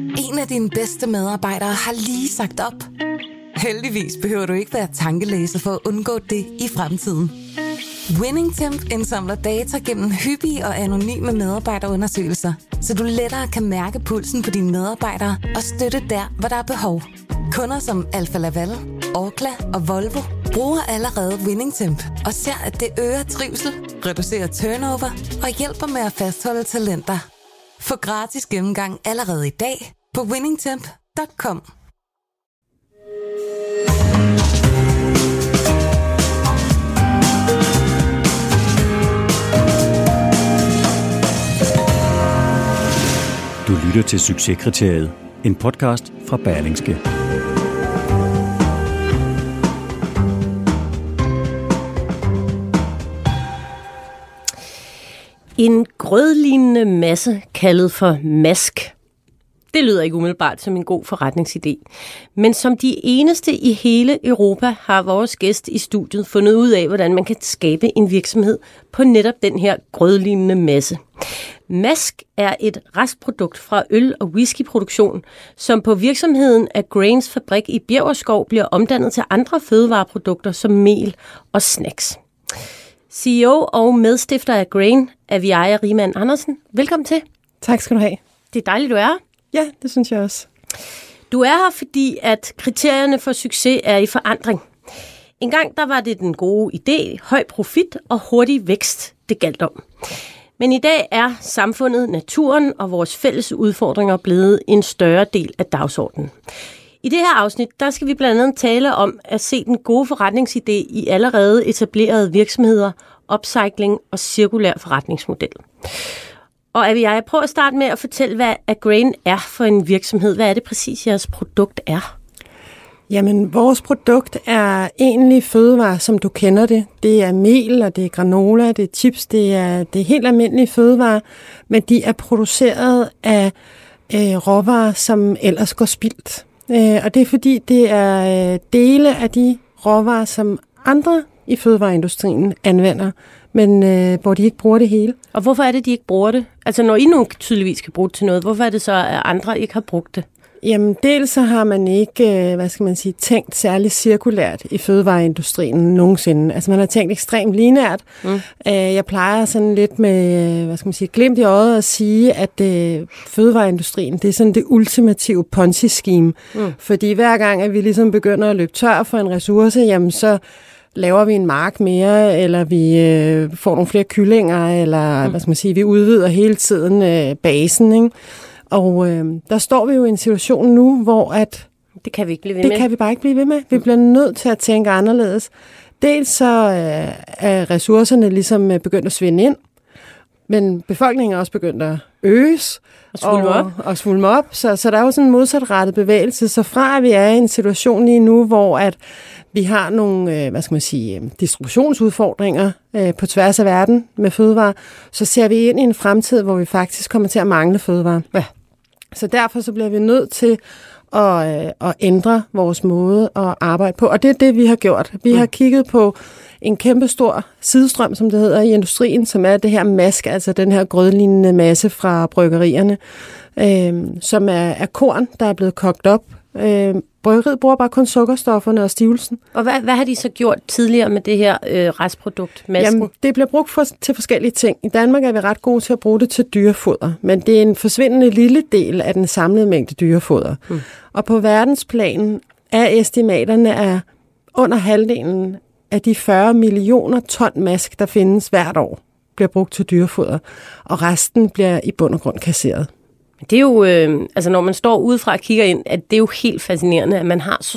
En af dine bedste medarbejdere har lige sagt op. Heldigvis behøver du ikke være tankelæser for at undgå det i fremtiden. WinningTemp indsamler data gennem hyppige og anonyme medarbejderundersøgelser, så du lettere kan mærke pulsen på dine medarbejdere og støtte der, hvor der er behov. Kunder som Alfa Laval, Orkla og Volvo bruger allerede WinningTemp og ser, at det øger trivsel, reducerer turnover og hjælper med at fastholde talenter. Få gratis gennemgang allerede i dag på winningtemp.com. Du lytter til Succeskriteriet, en podcast fra Berlingske. En grødlignende masse kaldet for mask. Det lyder ikke umiddelbart som en god forretningsidé. Men som de eneste i hele Europa har vores gæst i studiet fundet ud af, hvordan man kan skabe en virksomhed på netop den her grødlignende masse. Mask er et restprodukt fra øl- og whiskyproduktion, som på virksomheden af Grains fabrik i Bjæverskov bliver omdannet til andre fødevareprodukter som mel og snacks. CEO og medstifter af Grain, Aviaja Riemann Andersen. Velkommen til. Tak skal du have. Det er dejligt, du er her. Ja, det synes jeg også. Du er her, fordi at kriterierne for succes er i forandring. En gang der var det den gode idé, høj profit og hurtig vækst, det galt om. Men i dag er samfundet, naturen og vores fælles udfordringer blevet en større del af dagsordenen. I det her afsnit, der skal vi blandt andet tale om at se den gode forretningsidé i allerede etablerede virksomheder, upcycling og cirkulær forretningsmodel. Og jeg prøver at starte med at fortælle, hvad Grain er for en virksomhed. Hvad er det præcis, jeres produkt er? Jamen, vores produkt er egentlig fødevarer, som du kender det. Det er mel, og det er granola, det er chips, det er helt almindelige fødevarer, men de er produceret af råvarer, som ellers går spildt. Og det er fordi, det er dele af de råvarer, som andre i fødevareindustrien anvender, men hvor de ikke bruger det hele. Og hvorfor er det, de ikke bruger det? Altså, når I nu tydeligvis kan bruge det til noget, hvorfor er det så, at andre ikke har brugt det? Jamen, dels så har man ikke, tænkt særlig cirkulært i fødevareindustrien nogensinde. Altså, man har tænkt ekstremt lineært. Jeg plejer sådan lidt med, glimt i øjet at sige, at fødevareindustrien, det er sådan det ultimative Ponzi-scheme. Fordi hver gang, at vi ligesom begynder at løbe tør for en ressource, jamen så laver vi en mark mere, eller vi får nogle flere kyllinger, eller vi udvider hele tiden basen, ikke? Og der står vi jo i en situation nu, hvor at det kan vi ikke blive ved med. Det kan vi bare ikke blive ved med. Vi bliver nødt til at tænke anderledes. Dels så er ressourcerne ligesom begyndt at svinde ind, men befolkningen er også begyndt at øges og svulme op. Så der er jo sådan en modsatrettet bevægelse. Så fra at vi er i en situation lige nu, hvor at vi har nogle, distributionsudfordringer på tværs af verden med fødevarer, så ser vi ind i en fremtid, hvor vi faktisk kommer til at mangle fødevarer. Ja. Så derfor så bliver vi nødt til at ændre vores måde at arbejde på. Og det er det, vi har gjort. Vi har kigget på en kæmpestor sidestrøm, som det hedder i industrien, som er det her mask, altså den her grødlignende masse fra bryggerierne, som er korn, der er blevet kogt op. Bryggeriet bruger bare kun sukkerstofferne og stivelsen. Og hvad har de så gjort tidligere med det her restprodukt, masken? Jamen, det bliver brugt til forskellige ting. I Danmark er vi ret gode til at bruge det til dyrefoder, men det er en forsvindende lille del af den samlede mængde dyrefoder. Og på verdensplanen er estimaterne af under halvdelen af de 40 millioner ton mask, der findes hvert år, bliver brugt til dyrefoder, og resten bliver i bund og grund kasseret. Det er jo, når man står udefra og kigger ind, at det er jo helt fascinerende, at man har så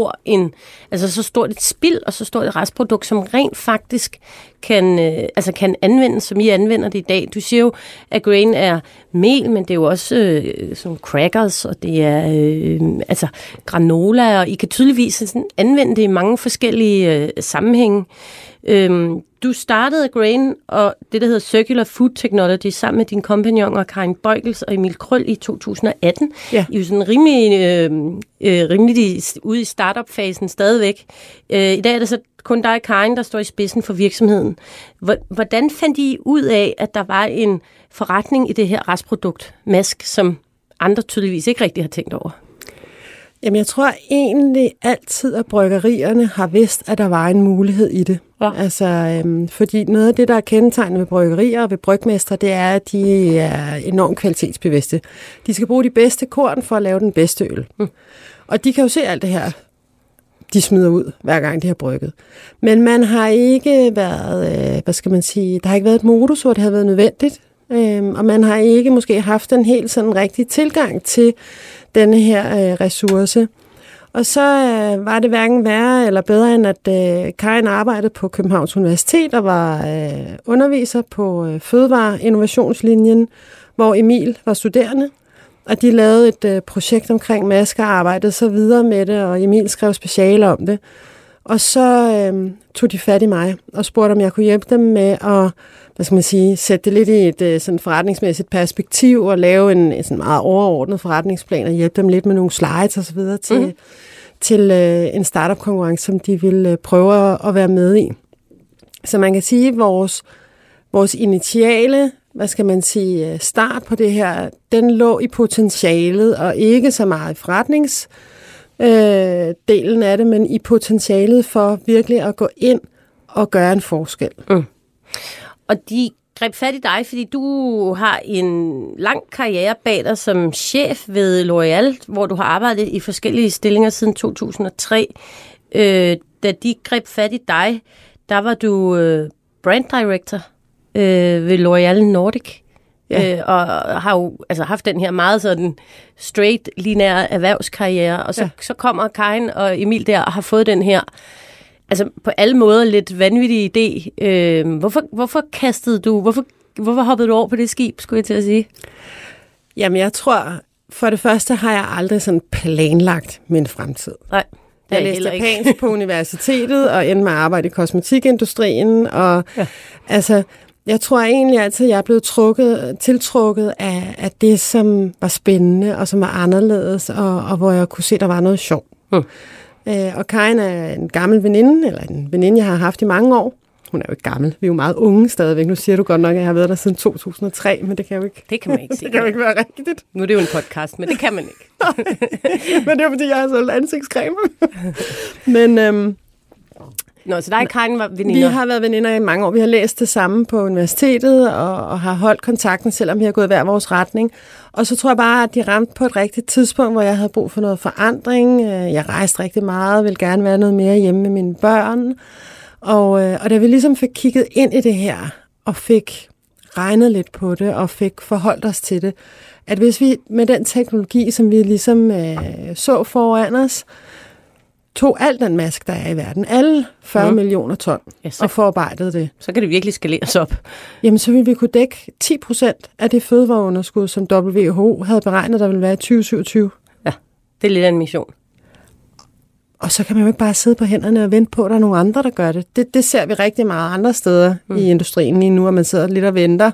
stort et spild og så stort et restprodukt, som rent faktisk kan anvendes, som I anvender det i dag. Du siger jo, at Grain er mel, men det er jo også sådan crackers, og det er granola, og I kan tydeligvis sådan anvende det i mange forskellige sammenhænge. Du startede Grain og det, der hedder Circular Food Technology, sammen med dine kompagnoner Karin Beugels og Emil Krøll i 2018. Ja. I er jo sådan rimelig ude i startup-fasen stadigvæk. I dag er det så kun dig, Karin, der står i spidsen for virksomheden. Hvordan fandt I ud af, at der var en forretning i det her restprodukt, mask, som andre tydeligvis ikke rigtig har tænkt over? Jamen, jeg tror egentlig altid, at bryggerierne har vidst, at der var en mulighed i det. Ja. Altså, fordi noget af det, der er kendetegnet ved bryggerier og ved brygmestre, det er, at de er enormt kvalitetsbevidste. De skal bruge de bedste korn for at lave den bedste øl. Og de kan jo se alt det her, de smider ud, hver gang de har brygget. Men man har ikke været, der har ikke været et modus, hvor det har været nødvendigt. Og man har ikke måske haft en helt sådan rigtig tilgang til denne her ressource. Og så var det hverken værre eller bedre, end at Karin arbejdede på Københavns Universitet og var underviser på Fødevare-innovationslinjen, hvor Emil var studerende. Og de lavede et projekt omkring masker og arbejdede så videre med det, og Emil skrev speciale om det. Og så tog de fat i mig og spurgte, om jeg kunne hjælpe dem med at sætte det lidt i et sådan forretningsmæssigt perspektiv og lave en sådan meget overordnet forretningsplan og hjælpe dem lidt med nogle slides og så videre til en startup-konkurrence, som de ville prøve at være med i. Så man kan sige, at vores initiale, start på det her, den lå i potentialet og ikke så meget i forretningsdelen af det, men i potentialet for virkelig at gå ind og gøre en forskel. Og de greb fat i dig, fordi du har en lang karriere bag dig som chef ved L'Oréal, hvor du har arbejdet i forskellige stillinger siden 2003. Da de greb fat i dig, der var du brand director ved L'Oréal Nordic. Ja. Og har jo haft den her meget sådan straight, lineære erhvervskarriere. Og så kommer Karin og Emil der og har fået den her på alle måder lidt vanvittig idé. Hvorfor hoppede du over på det skib, skulle jeg til at sige? Jamen, jeg tror, for det første har jeg aldrig sådan planlagt min fremtid. Nej, jeg læste japansk på universitetet og endte med at arbejde i kosmetikindustrien. Og jeg tror egentlig altid, at jeg er blevet tiltrukket af det, som var spændende og som var anderledes, og hvor jeg kunne se, at der var noget sjov. Og Karin er en gammel veninde, eller en veninde, jeg har haft i mange år. Hun er jo ikke gammel. Vi er jo meget unge stadigvæk. Nu siger du godt nok, at jeg har været der siden 2003, men det kan jo ikke. Det kan man ikke sige. Det kan jo ikke være rigtigt. Nu er det jo en podcast, men det kan man ikke. Men det er fordi, jeg har solgt ansigtscreme. Men så dig og Karin var veninder? Vi har været veninder i mange år. Vi har læst det samme på universitetet og har holdt kontakten, selvom vi har gået hver vores retning. Og så tror jeg bare, at de ramte på et rigtigt tidspunkt, hvor jeg havde brug for noget forandring. Jeg rejste rigtig meget, ville gerne være noget mere hjemme med mine børn. Og da vi ligesom fik kigget ind i det her, og fik regnet lidt på det, og fik forholdt os til det, at hvis vi med den teknologi, som vi ligesom så foran os, tog al den mask, der er i verden, alle 40 millioner ton, og forarbejdede det. Så kan det virkelig skaleres op. Jamen, så ville vi kunne dække 10% af det fødevareunderskud, som WHO havde beregnet, der ville være i 2027. Ja, det er lidt af en mission. Og så kan man jo ikke bare sidde på hænderne og vente på, at der er nogle andre, der gør det. Det ser vi rigtig meget andre steder i industrien lige nu, at man sidder lidt og venter.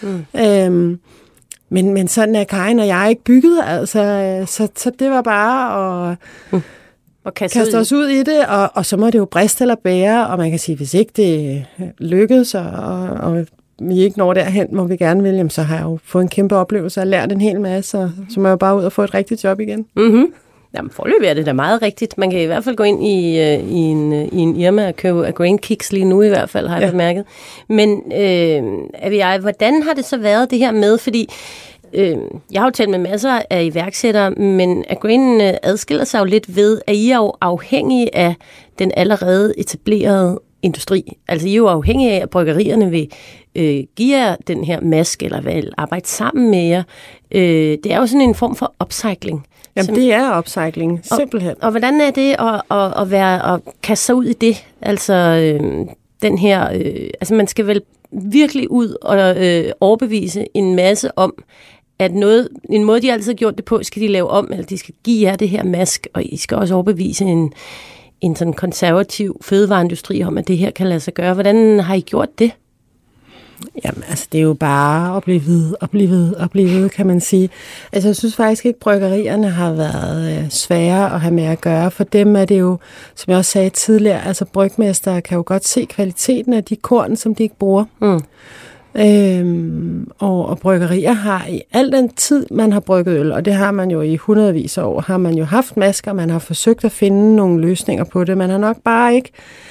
Men sådan er Karin og jeg ikke bygget, så det var bare at kaste os ud i det, og så må det jo briste eller bære, og man kan sige, hvis ikke det lykkedes, og vi ikke når derhen, hvor vi gerne vil, jamen, så har jeg jo fået en kæmpe oplevelse og lært en hel masse, og så må jeg jo bare ud og få et rigtigt job igen. Jamen, foreløbig er det da meget rigtigt. Man kan i hvert fald gå ind i en Irma og købe Grain Kicks lige nu i hvert fald, har jeg bemærket. Men hvordan har det så været det her med, fordi jeg har jo talt med masser af iværksættere, men Grain adskiller sig jo lidt ved, at I er jo afhængige af den allerede etablerede industri. Altså I er jo afhængige af, at bryggerierne vil give jer den her mask, eller vil arbejde sammen med jer. Det er jo sådan en form for upcycling. Jamen, det er upcycling, simpelthen. Og hvordan er det at kaste sig ud i det? Altså, den her... man skal vel virkelig ud og overbevise en masse om, at en måde, de altid har gjort det på, skal de lave om, eller de skal give jer det her mask, og I skal også overbevise en sådan konservativ fødevareindustri om, at det her kan lade sig gøre. Hvordan har I gjort det? Jamen, det er jo bare at blive ved, kan man sige. Altså, jeg synes faktisk ikke, bryggerierne har været svære at have med at gøre. For dem er det jo, som jeg også sagde tidligere, altså brygmestere kan jo godt se kvaliteten af de korn, som de ikke bruger. Og bryggerier har i al den tid, man har brygget øl, og det har man jo i hundredvis af år, har man jo haft masker, man har forsøgt at finde nogle løsninger på det. Man har nok bare ikke,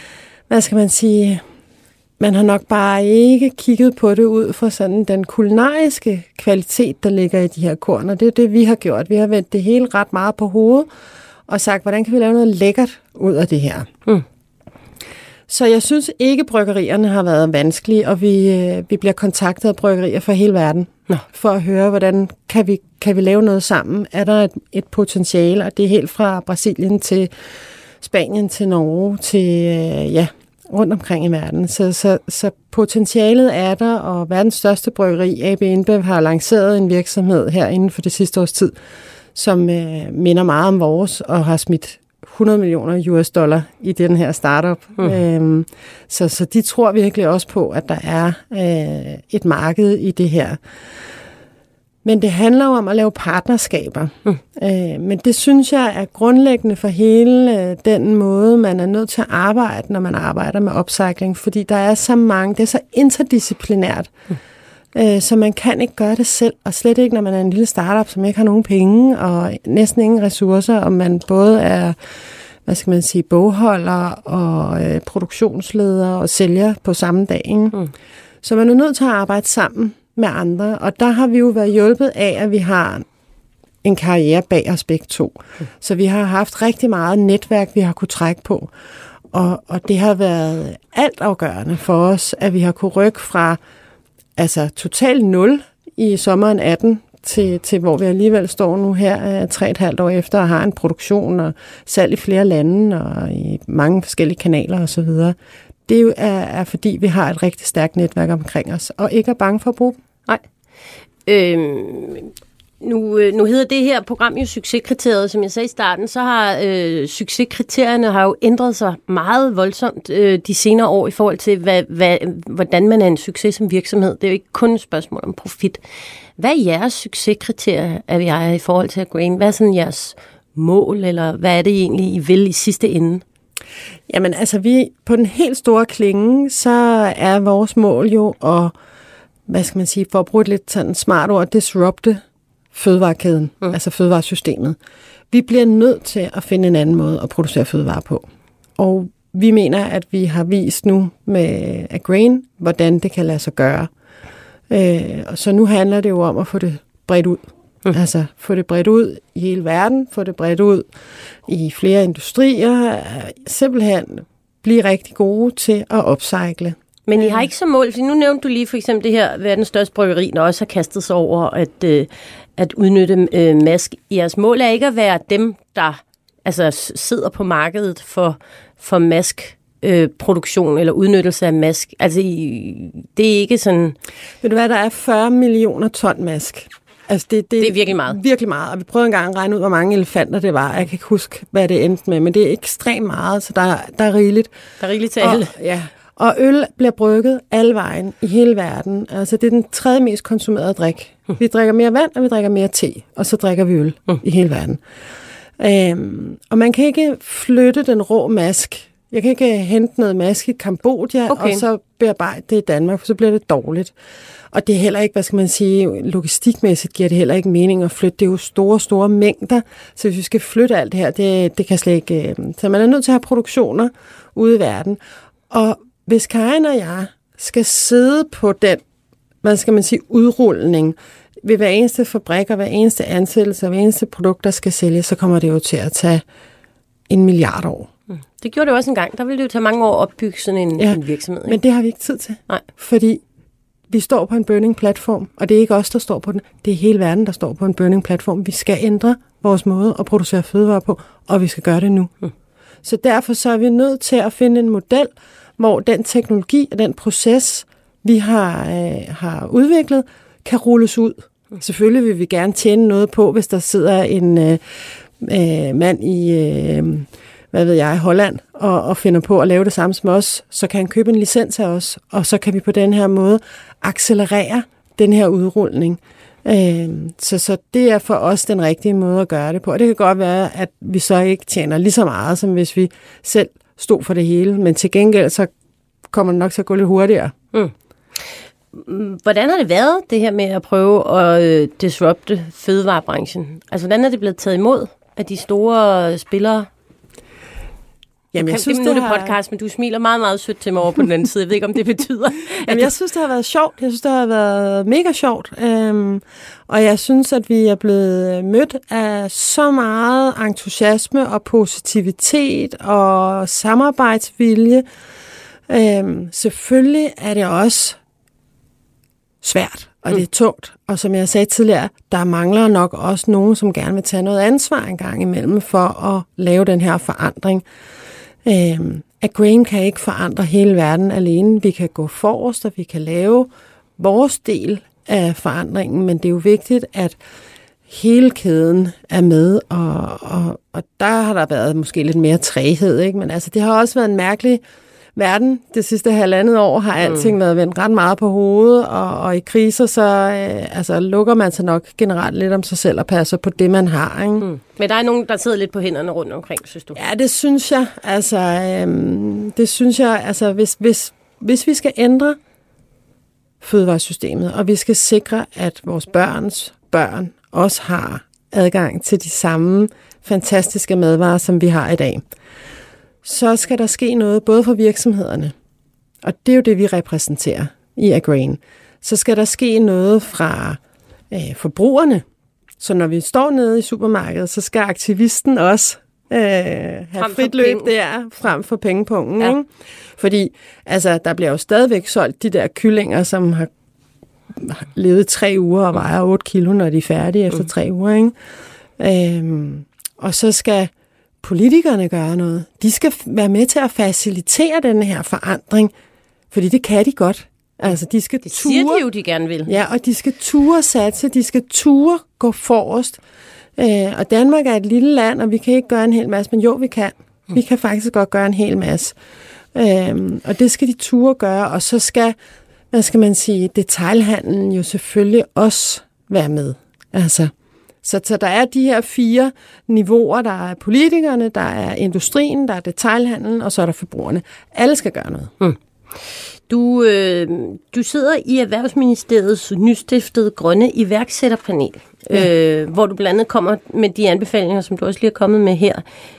man har nok bare ikke kigget på det ud fra sådan den kulinariske kvalitet, der ligger i de her korn, og det er det, vi har gjort. Vi har vendt det hele ret meget på hovedet, og sagt, hvordan kan vi lave noget lækkert ud af det her? Så jeg synes ikke, bryggerierne har været vanskelige, og vi bliver kontaktet af bryggerier fra hele verden, for at høre, hvordan kan vi lave noget sammen. Er der et potentiale, og det er helt fra Brasilien til Spanien til Norge til rundt omkring i verden. Så potentialet er der, og verdens største bryggeri, AB InBev, har lanceret en virksomhed her inden for det sidste års tid, som minder meget om vores, og har smidt $100 million i den her startup. Så de tror virkelig også på, at der er et marked i det her. Men det handler jo om at lave partnerskaber. Men det synes jeg er grundlæggende for hele den måde, man er nødt til at arbejde, når man arbejder med upcycling, fordi der er så mange, det er så interdisciplinært, så man kan ikke gøre det selv, og slet ikke, når man er en lille startup, som ikke har nogen penge og næsten ingen ressourcer, og man både er, bogholder og produktionsleder og sælger på samme dag. Så man er nødt til at arbejde sammen med andre, og der har vi jo været hjulpet af, at vi har en karriere bag os begge to. Så vi har haft rigtig meget netværk, vi har kunne trække på, og det har været altafgørende for os, at vi har kunne rykke fra totalt 0 i sommeren 18 til hvor vi alligevel står nu her 3,5 år efter og har en produktion og salg i flere lande og i mange forskellige kanaler osv. Det er fordi, vi har et rigtig stærkt netværk omkring os, og ikke er bange for at bruge dem. Nej. Nu hedder det her program jo Succeskriteriet, som jeg sagde i starten, så har succeskriterierne har jo ændret sig meget voldsomt de senere år i forhold til, hvordan man er en succes som virksomhed. Det er jo ikke kun et spørgsmål om profit. Hvad er jeres succeskriterier, er jeg i forhold til Agrain? Hvad er sådan jeres mål, eller hvad er det egentlig, I vil i sidste ende? Jamen vi på den helt store klinge, så er vores mål jo at, for at bruge et lidt sådan smart ord, disrupte fødevarekæden, altså fødevaresystemet. Vi bliver nødt til at finde en anden måde at producere fødevarer på. Og vi mener, at vi har vist nu med Agrain, hvordan det kan lade sig gøre. Så nu handler det jo om at få det bredt ud. Altså få det bredt ud i hele verden, få det bredt ud i flere industrier, simpelthen blive rigtig gode til at upcycle. Men I har ikke så mål, for nu nævnte du lige for eksempel det her verdens største bryggeri, der også har kastet sig over at udnytte mask. Jeres mål er ikke at være dem, der sidder på markedet for maskproduktion eller udnyttelse af mask. Altså, det er ikke sådan... Ved du hvad, der er 40 millioner ton mask. Altså det er virkelig meget. Virkelig meget, og vi prøvede engang at regne ud, hvor mange elefanter det var. Jeg kan ikke huske, hvad det endte med, men det er ekstremt meget, så der er rigeligt. Der er rigeligt til alle. Ja. Og øl bliver brygget alle vejen i hele verden. Altså det er den tredje mest konsumerede drik. Vi drikker mere vand, og vi drikker mere te, og så drikker vi øl i hele verden. Og man kan ikke flytte den rå mask. Jeg kan ikke hente noget mask i Kambodja, og så bearbejde det i Danmark, for så bliver det dårligt. Og det er heller ikke, logistikmæssigt giver det heller ikke mening at flytte. Det er jo store, store mængder, så hvis vi skal flytte alt det her, det kan slet ikke... Så man er nødt til at have produktioner ude i verden. Og hvis Karin og jeg skal sidde på den, udrulning ved hver eneste fabrik og hver eneste ansættelse og hver eneste produkt, der skal sælges, så kommer det jo til at tage 1 milliard år. Det gjorde det også en gang. Der ville det jo tage mange år at opbygge sådan en virksomhed. Ikke? Men det har vi ikke tid til. Nej. Fordi vi står på en burning-platform, og det er ikke os, der står på den. Det er hele verden, der står på en burning-platform. Vi skal ændre vores måde at producere fødevarer på, og vi skal gøre det nu. Så derfor så er vi nødt til at finde en model, hvor den teknologi og den proces, vi har udviklet, kan rulles ud. Selvfølgelig vil vi gerne tjene noget på, hvis der sidder en mand i... Holland, og finder på at lave det samme som os, så kan han købe en licens af os, og så kan vi på den her måde accelerere den her udrulning. Så det er for os den rigtige måde at gøre det på. Og det kan godt være, at vi så ikke tjener lige så meget, som hvis vi selv stod for det hele, men til gengæld så kommer det nok til at gå lidt hurtigere. hvordan har det været, det her med at prøve at disrupte fødevarebranchen? Altså, hvordan er det blevet taget imod af de store spillere? Jamen, jeg synes, det er podcast, men du smiler meget, meget sødt til mig over på den anden side. Jeg ved ikke, om det betyder... Jamen, jeg synes, det har været sjovt. Jeg synes, det har været mega sjovt. Og jeg synes, at vi er blevet mødt af så meget entusiasme og positivitet og samarbejdsvilje. Selvfølgelig er det også svært, og det er tungt. Og som jeg sagde tidligere, der mangler nok også nogen, som gerne vil tage noget ansvar en gang imellem for at lave den her forandring. At Grain kan ikke forandre hele verden alene. Vi kan gå forrest, og vi kan lave vores del af forandringen, men det er jo vigtigt, at hele kæden er med, og der har der været måske lidt mere træghed, ikke? Men altså, det har også været en mærkelig verden. Det sidste 1,5 år har alting været vendt ret meget på hovedet, og i kriser, så lukker man sig nok generelt lidt om sig selv og passer på det, man har. Ikke? Men der er nogen, der sidder lidt på hænderne rundt omkring, synes du? Ja, det synes jeg. Altså, hvis vi skal ændre fødevaresystemet, og vi skal sikre, at vores børns børn også har adgang til de samme fantastiske madvarer, som vi har i dag, så skal der ske noget både for virksomhederne, og det er jo det, vi repræsenterer i Agrain. Så skal der ske noget fra forbrugerne. Så når vi står nede i supermarkedet, så skal aktivisten også have frit løb der, frem for pengepungen. Ja. Ikke? Fordi altså, der bliver jo stadigvæk solgt de der kyllinger, som har levet 3 uger og vejer 8 kilo, når de er færdige efter 3 uger. Ikke? Og så skal politikerne gøre noget. De skal være med til at facilitere den her forandring, fordi det kan de godt. Altså, de skal det siger de jo, de gerne vil. Ja, og de skal ture satse, de skal ture gå forrest. Og Danmark er et lille land, og vi kan ikke gøre en hel masse, men jo, vi kan. Vi kan faktisk godt gøre en hel masse. Og det skal de ture gøre, og så skal, hvad skal man sige, detailhandlen jo selvfølgelig også være med. Altså, så der er de her 4 niveauer. Der er politikerne, der er industrien, der er detailhandlen, og så er der forbrugerne. Alle skal gøre noget. Du sidder i Erhvervsministeriets nystiftede grønne iværksætterpanel, hvor du blandt andet kommer med de anbefalinger, som du også lige er kommet med her.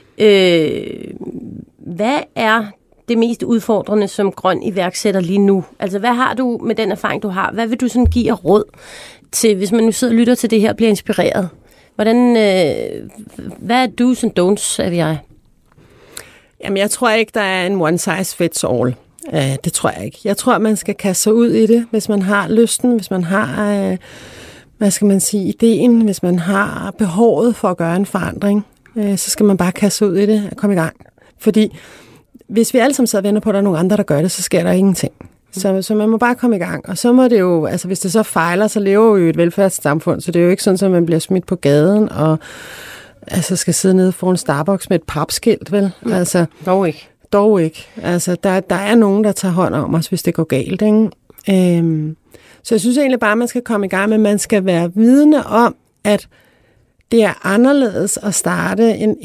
Hvad er det mest udfordrende som grøn iværksætter lige nu? Altså, hvad har du med den erfaring, du har? Hvad vil du sådan give af råd til, hvis man nu sidder og lytter til det her og bliver inspireret? Hvad er do's and don'ts, sagde jeg? Jamen, jeg tror ikke, der er en one size fits all. Det tror jeg ikke. Jeg tror, man skal kaste sig ud i det, hvis man har lysten, hvis man har, hvad skal man sige, ideen, hvis man har behovet for at gøre en forandring, så skal man bare kaste sig ud i det og komme i gang. Fordi hvis vi alle sammen sidder og venter på, at der er nogle andre, der gør det, så sker der ingenting. Så man må bare komme i gang. Og så må det jo, altså hvis det så fejler, så lever vi jo i et velfærdssamfund, så det er jo ikke sådan, at man bliver smidt på gaden og altså skal sidde nede foran Starbucks med et papskilt, vel? Altså, Dog ikke. Altså, der er nogen, der tager hånd om os, hvis det går galt, ikke? Så jeg synes egentlig bare, at man skal komme i gang med, at man skal være vidne om, at det er anderledes at starte en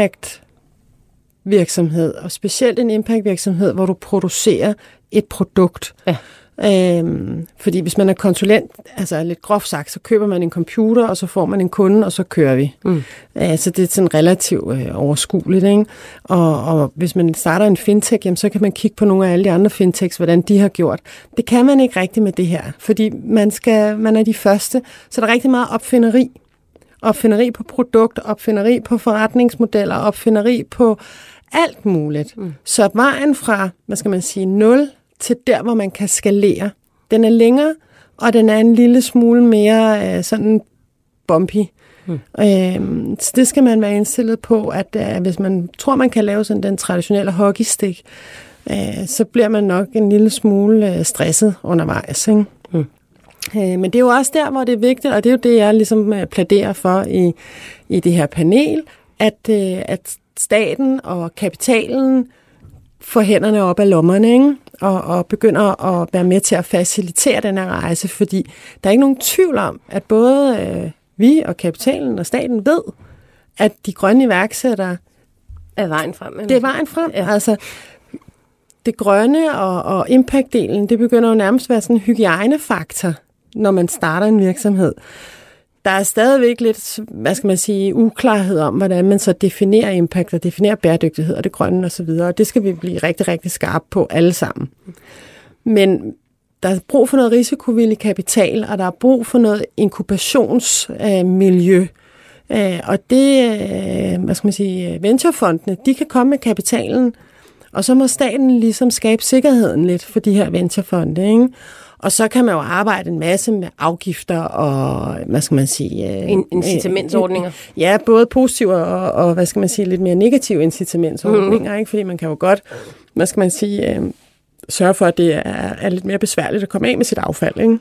impact-virksomhed, og specielt en impact-virksomhed, hvor du producerer et produkt. Ja. Fordi hvis man er konsulent, altså lidt groft sagt, så køber man en computer, og så får man en kunde, og så kører vi. Så det er sådan relativt overskueligt, ikke? Og hvis man starter en fintech, jamen, så kan man kigge på nogle af alle de andre fintechs, hvordan de har gjort. Det kan man ikke rigtig med det her, fordi man er de første, så der er rigtig meget opfinderi. Opfinderi på produkt, opfinderi på forretningsmodeller, opfinderi på alt muligt. Så vejen fra, hvad skal man sige, 0 til der, hvor man kan skalere, den er længere, og den er en lille smule mere sådan bumpy. Så det skal man være indstillet på, at hvis man tror, man kan lave sådan den traditionelle hockeystick, så bliver man nok en lille smule stresset undervejs, ikke? Men det er jo også der, hvor det er vigtigt, og det er jo det, jeg ligesom plæderer for i det her panel, at staten og kapitalen får hænderne op af lommerne, ikke? Og begynder at være med til at facilitere den her rejse, fordi der er ikke nogen tvivl om, at både vi og kapitalen og staten ved, at de grønne iværksættere er vejen frem. Det er vejen frem. Ja. Altså, det grønne og impact-delen, det begynder jo nærmest at være sådan en hygiejnefaktor, når man starter en virksomhed. Der er stadigvæk lidt, uklarhed om, hvordan man så definerer impact og definerer bæredygtighed og det grønne osv., og det skal vi blive rigtig, rigtig skarpe på alle sammen. Men der er brug for noget risikovillig kapital, og der er brug for noget inkubationsmiljø. Og det, venturefondene, de kan komme med kapitalen, og så må staten ligesom skabe sikkerheden lidt for de her venturefonde, ikke? Og så kan man jo arbejde en masse med afgifter og, incitamentsordninger. Ja, både positive og lidt mere negative incitamentsordninger, ikke? Fordi man kan jo godt, sørge for, at det er lidt mere besværligt at komme af med sit affald, ikke?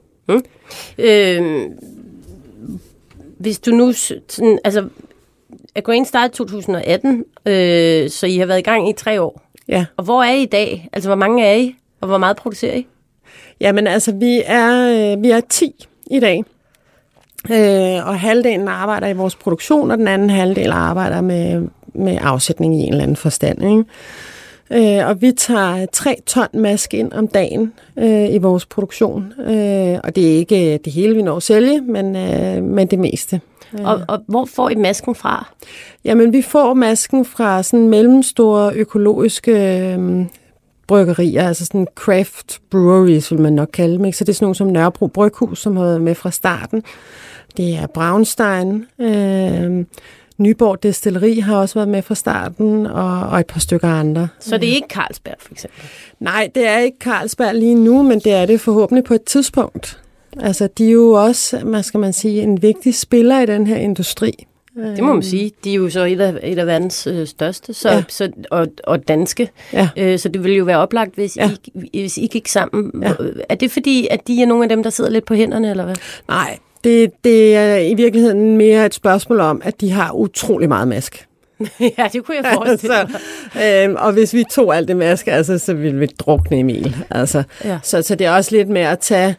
Hvis du nu, Agrain startede 2018, så I har været i gang i 3 år. Ja. Og hvor er I i dag? Altså, hvor mange er I, og hvor meget producerer I? Jamen, altså, vi er 10 i dag. Og halvdelen arbejder i vores produktion, og den anden halvdel arbejder med afsætning i en eller anden forstand, ikke? Og vi tager 3 ton mask ind om dagen i vores produktion. Og det er ikke det hele, vi når at sælge, men det meste. Og hvor får I masken fra? Jamen, vi får masken fra sådan mellemstore økologiske bryggerier, altså sådan craft breweries, vil man nok kalde dem, ikke? Så det er sådan nogle som Nørrebro Bryghus, som har været med fra starten. Det er Braunstein, Nyborg Destilleri har også været med fra starten, og et par stykker andre. Så det er ikke Carlsberg, for eksempel? Nej, det er ikke Carlsberg lige nu, men det er det forhåbentlig på et tidspunkt. Altså, de er jo også, en vigtig spiller i den her industri. Det må man sige. De er jo så et af verdens største og danske. Ja. Så det ville jo være oplagt, hvis I gik sammen. Ja. Er det fordi, at de er nogle af dem, der sidder lidt på hænderne, eller hvad? Nej, det er i virkeligheden mere et spørgsmål om, at de har utrolig meget mask. Ja, det kunne jeg forestille mig. Og hvis vi tog alt det mask, så ville vi drukne Emil. Altså, ja. Så det er også lidt med at tage,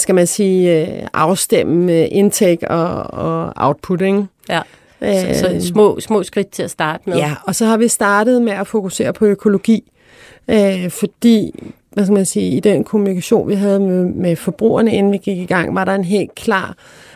afstemme intake og output, ikke? Ja. Så små skridt til at starte med. Ja, og så har vi startet med at fokusere på økologi, fordi, i den kommunikation, vi havde med forbrugerne, inden vi gik i gang, var der en helt klar,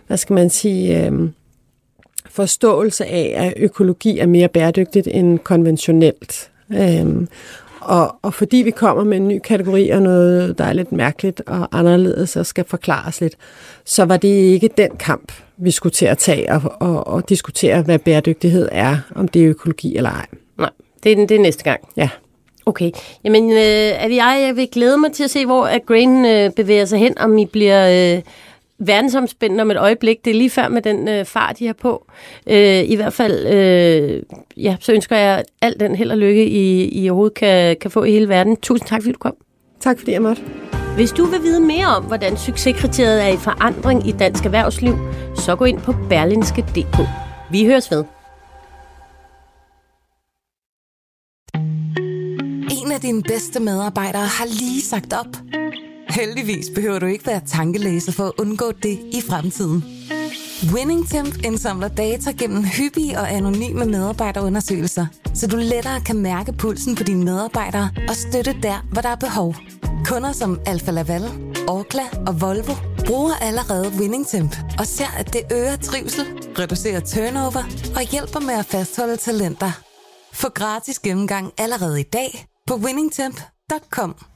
forståelse af, at økologi er mere bæredygtigt end konventionelt. Og fordi vi kommer med en ny kategori og noget, der er lidt mærkeligt og anderledes og skal forklares lidt, så var det ikke den kamp, vi skulle til at tage og diskutere, hvad bæredygtighed er, om det er økologi eller ej. Nej, det er næste gang. Ja. Okay. Jamen, jeg vil glæde mig til at se, hvor Agrain bevæger sig hen, om I bliver verdensomspændende om et øjeblik. Det er lige før med den fart, de har på. I hvert fald, så ønsker jeg al den held og lykke, I overhovedet kan få i hele verden. Tusind tak, fordi du kom. Tak, fordi jeg måtte. Hvis du vil vide mere om, hvordan succeskriteriet er i forandring i dansk erhvervsliv, så gå ind på berlingske.dk. Vi høres ved. En af dine bedste medarbejdere har lige sagt op. Heldigvis behøver du ikke være tankelæser for at undgå det i fremtiden. WinningTemp indsamler data gennem hyppige og anonyme medarbejderundersøgelser, så du lettere kan mærke pulsen på dine medarbejdere og støtte der, hvor der er behov. Kunder som Alfa Laval, Orkla og Volvo bruger allerede WinningTemp og ser, at det øger trivsel, reducerer turnover og hjælper med at fastholde talenter. Få gratis gennemgang allerede i dag på winningtemp.com.